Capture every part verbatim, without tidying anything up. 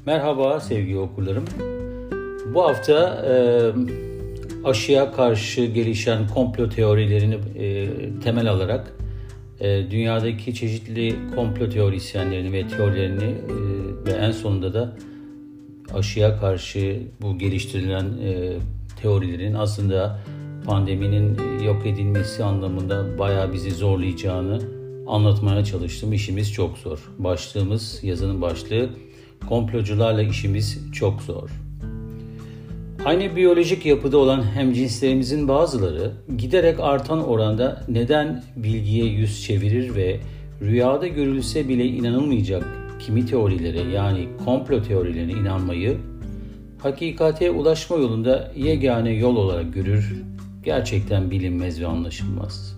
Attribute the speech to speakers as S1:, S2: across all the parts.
S1: Merhaba sevgili okurlarım. Bu hafta e, aşıya karşı gelişen komplo teorilerini e, temel alarak e, dünyadaki çeşitli komplo teorisyenlerini ve teorilerini e, ve en sonunda da aşıya karşı bu geliştirilen e, teorilerin aslında pandeminin yok edilmesi anlamında bayağı bizi zorlayacağını anlatmaya çalıştım. İşimiz çok zor. Başlığımız, yazının başlığı, komplocularla işimiz çok zor. Aynı biyolojik yapıda olan hemcinslerimizin bazıları giderek artan oranda neden bilgiye yüz çevirir ve rüyada görülse bile inanılmayacak kimi teorilere, yani komplo teorilerine inanmayı hakikate ulaşma yolunda yegane yol olarak görür. Gerçekten bilinmez ve anlaşılmaz.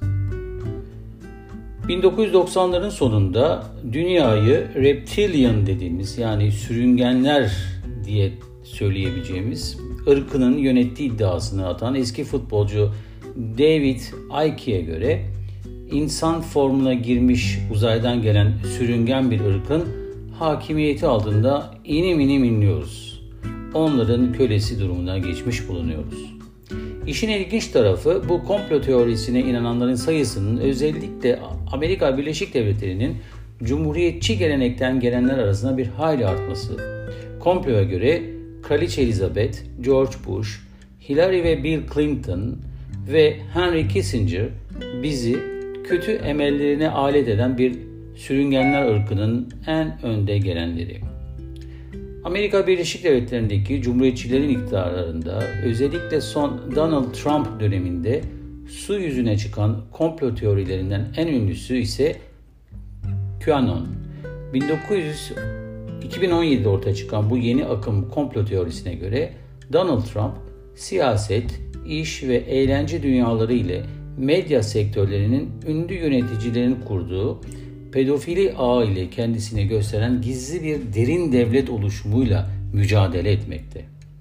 S1: bin dokuz yüz doksanların sonunda dünyayı reptilian dediğimiz, yani sürüngenler diye söyleyebileceğimiz ırkının yönettiği iddiasını atan eski futbolcu David Icke'ye göre insan formuna girmiş uzaydan gelen sürüngen bir ırkın hakimiyeti altında inim inim inliyoruz. Onların kölesi durumuna geçmiş bulunuyoruz. İşin ilginç tarafı, bu komplo teorisine inananların sayısının özellikle Amerika Birleşik Devletleri'nin cumhuriyetçi gelenekten gelenler arasında bir hayli artması. Komploya göre Kraliçe Elizabeth, George Bush, Hillary ve Bill Clinton ve Henry Kissinger bizi kötü emellerine alet eden bir sürüngenler ırkının en önde gelenleri. Amerika Birleşik Devletleri'ndeki cumhuriyetçilerin iktidarlarında, özellikle son Donald Trump döneminde su yüzüne çıkan komplo teorilerinden en ünlüsü ise QAnon. bin dokuz yüz iki bin on yedide ortaya çıkan bu yeni akım komplo teorisine göre Donald Trump, siyaset, iş ve eğlence dünyaları ile medya sektörlerinin ünlü yöneticilerin kurduğu pedofili ağı ile kendisini gösteren gizli bir derin devlet oluşumuyla mücadele etmekte.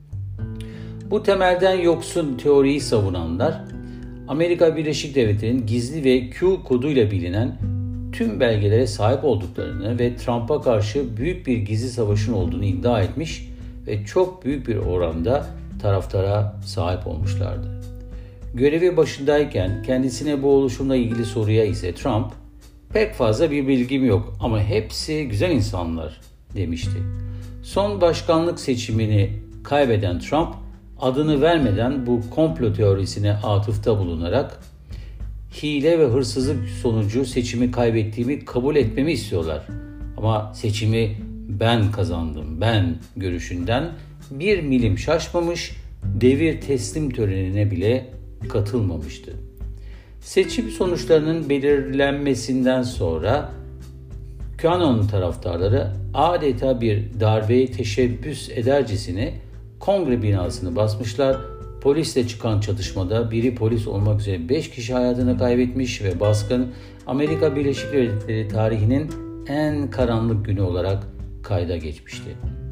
S1: Bu temelden yoksun teoriyi savunanlar, Amerika Birleşik Devletleri'nin gizli ve Q koduyla bilinen tüm belgelere sahip olduklarını ve Trump'a karşı büyük bir gizli savaşın olduğunu iddia etmiş ve çok büyük bir oranda taraftara sahip olmuşlardı. Görevi başındayken kendisine bu oluşumla ilgili soruya ise Trump, "Pek fazla bir bilgim yok ama hepsi güzel insanlar," demişti. Son başkanlık seçimini kaybeden Trump, adını vermeden bu komplo teorisine atıfta bulunarak hile ve hırsızlık sonucu seçimi kaybettiğimi kabul etmemi istiyorlar. Ama seçimi ben kazandım, ben görüşünden bir milim şaşmamış, devir teslim törenine bile katılmamıştı. Seçim sonuçlarının belirlenmesinden sonra QAnon taraftarları adeta bir darbeye teşebbüs edercesine kongre binasını basmışlar. Polisle çıkan çatışmada biri polis olmak üzere beş kişi hayatını kaybetmiş ve baskın Amerika Birleşik Devletleri tarihinin en karanlık günü olarak kayda geçmişti.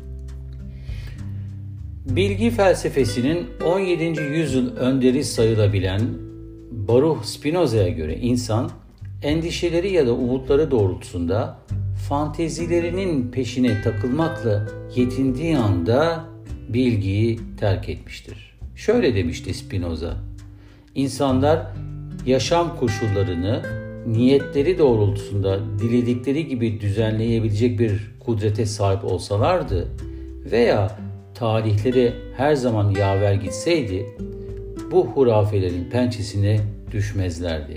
S1: Bilgi felsefesinin on yedinci yüzyıl önderi sayılabilen Baruch Spinoza'ya göre insan, endişeleri ya da umutları doğrultusunda fantezilerinin peşine takılmakla yetindiği anda bilgiyi terk etmiştir. Şöyle demişti Spinoza: "İnsanlar yaşam koşullarını niyetleri doğrultusunda diledikleri gibi düzenleyebilecek bir kudrete sahip olsalardı veya tarihleri her zaman yaver gitseydi, bu hurafelerin pençesine düşmezlerdi."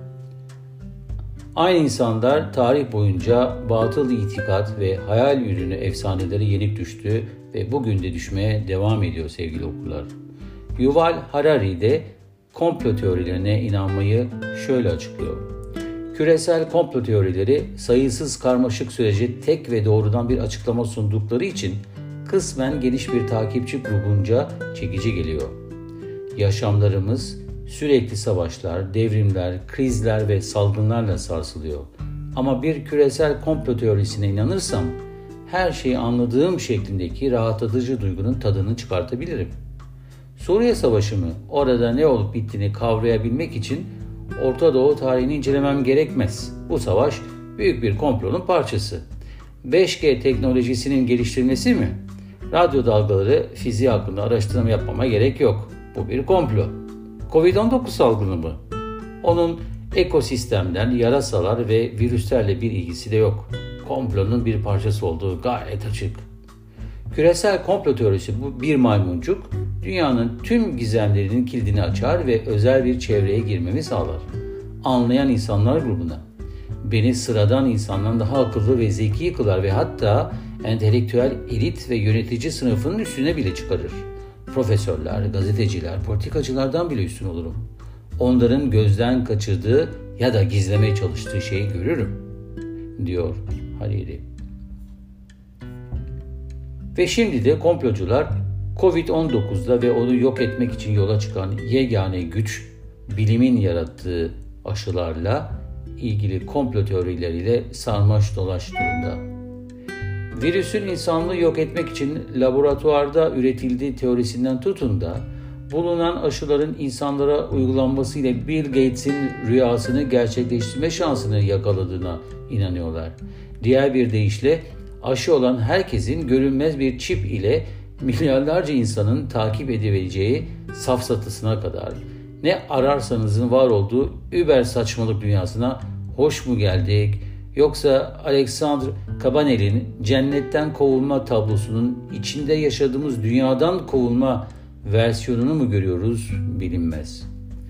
S1: Aynı insanlar tarih boyunca batıl itikat ve hayal ürünü efsaneleri yenik düştü ve bugün de düşmeye devam ediyor sevgili okurlar. Yuval Harari de komplo teorilerine inanmayı şöyle açıklıyor: "Küresel komplo teorileri sayısız karmaşık sürece tek ve doğrudan bir açıklama sundukları için kısmen geniş bir takipçi grubunca çekici geliyor. Yaşamlarımız sürekli savaşlar, devrimler, krizler ve salgınlarla sarsılıyor. Ama bir küresel komplo teorisine inanırsam her şeyi anladığım şeklindeki rahatlatıcı duygunun tadını çıkartabilirim. Suriye Savaşı mı? Orada ne olup bittiğini kavrayabilmek için Orta Doğu tarihini incelemem gerekmez. Bu savaş büyük bir komplonun parçası. beş G teknolojisinin geliştirilmesi mi? Radyo dalgaları fiziği hakkında araştırma yapmama gerek yok. Bu bir komplo. kovid on dokuz salgını mı? Onun ekosistemler, yarasalar ve virüslerle bir ilgisi de yok. Komplonun bir parçası olduğu gayet açık. Küresel komplo teorisi bu bir maymuncuk, dünyanın tüm gizemlerinin kilidini açar ve özel bir çevreye girmemi sağlar. Anlayan insanlar grubuna. Beni sıradan insandan daha akıllı ve zeki kılar ve hatta entelektüel elit ve yönetici sınıfının üstüne bile çıkarır. Profesörler, gazeteciler, politikacılardan bile üstün olurum. Onların gözden kaçırdığı ya da gizlemeye çalıştığı şeyi görürüm, diyor Hariri. Ve şimdi de komplocular kovid on dokuzda ve onu yok etmek için yola çıkan yegane güç, bilimin yarattığı aşılarla ilgili komplo teorileriyle sarmaş dolaş durumda. Virüsün insanlığı yok etmek için laboratuvarda üretildiği teorisinden tutun da bulunan aşıların insanlara uygulanmasıyla Bill Gates'in rüyasını gerçekleştirme şansını yakaladığına inanıyorlar. Diğer bir deyişle aşı olan herkesin görünmez bir çip ile milyarlarca insanın takip edebileceği safsatısına kadar ne ararsanızın var olduğu über saçmalık dünyasına hoş mu geldik, yoksa Alexander Cabanel'in cennetten kovulma tablosunun içinde yaşadığımız dünyadan kovulma versiyonunu mu görüyoruz bilinmez.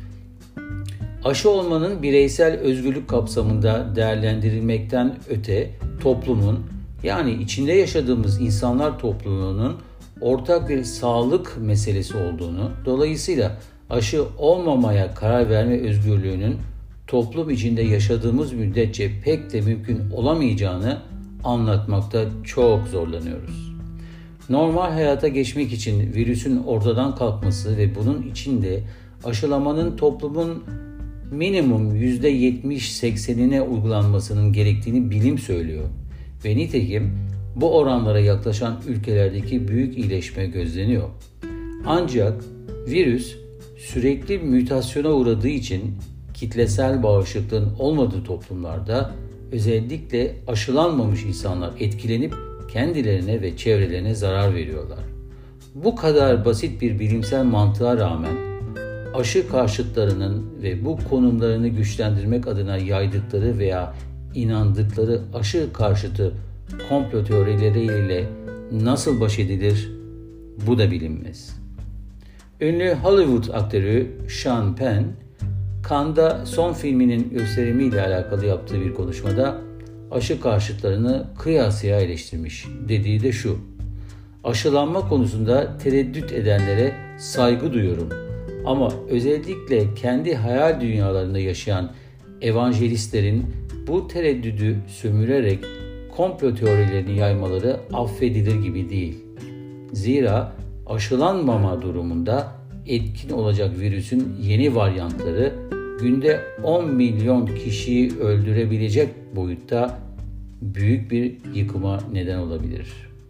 S1: Aşı olmanın bireysel özgürlük kapsamında değerlendirilmekten öte toplumun, yani içinde yaşadığımız insanlar topluluğunun ortak bir sağlık meselesi olduğunu, dolayısıyla aşı olmamaya karar verme özgürlüğünün toplum içinde yaşadığımız müddetçe pek de mümkün olamayacağını anlatmakta çok zorlanıyoruz. Normal hayata geçmek için virüsün ortadan kalkması ve bunun içinde aşılamanın toplumun minimum yüzde yetmiş seksenine uygulanmasının gerektiğini bilim söylüyor. Ve nitekim bu oranlara yaklaşan ülkelerdeki büyük iyileşme gözleniyor. Ancak virüs sürekli mütasyona uğradığı için kitlesel bağışıklığın olmadığı toplumlarda özellikle aşılanmamış insanlar etkilenip kendilerine ve çevrelerine zarar veriyorlar. Bu kadar basit bir bilimsel mantığa rağmen aşı karşıtlarının ve bu konumlarını güçlendirmek adına yaydıkları veya inandıkları aşı karşıtı komplo teorileriyle nasıl baş edilir, bu da bilinmez. Ünlü Hollywood aktörü Sean Penn, Cannes'da son filminin gösterimiyle alakalı yaptığı bir konuşmada aşı karşıtlarını kıyasıya eleştirmiş. Dediği de şu: aşılanma konusunda tereddüt edenlere saygı duyuyorum ama özellikle kendi hayal dünyalarında yaşayan evangelistlerin bu tereddüdü sömürerek komplo teorilerini yaymaları affedilir gibi değil. Zira aşılanmama durumunda etkin olacak virüsün yeni varyantları günde on milyon kişiyi öldürebilecek boyutta büyük bir yıkıma neden olabilir.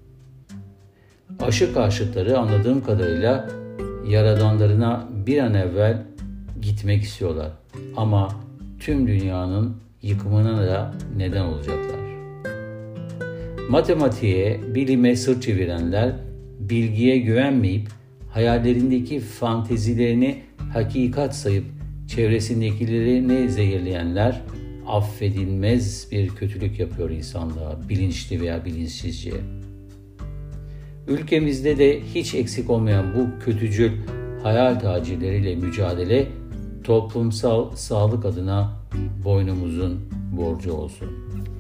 S1: Aşı karşıtları anladığım kadarıyla yaradanlarına bir an evvel gitmek istiyorlar. Ama tüm dünyanın yıkımına da neden olacaklar. Matematiğe, bilime sırt çevirenler, bilgiye güvenmeyip hayallerindeki fantezilerini hakikat sayıp çevresindekilerini zehirleyenler affedilmez bir kötülük yapıyor insanlığa, bilinçli veya bilinçsizce. Ülkemizde de hiç eksik olmayan bu kötücül hayal tacirleriyle mücadele toplumsal sağlık adına boynumuzun borcu olsun.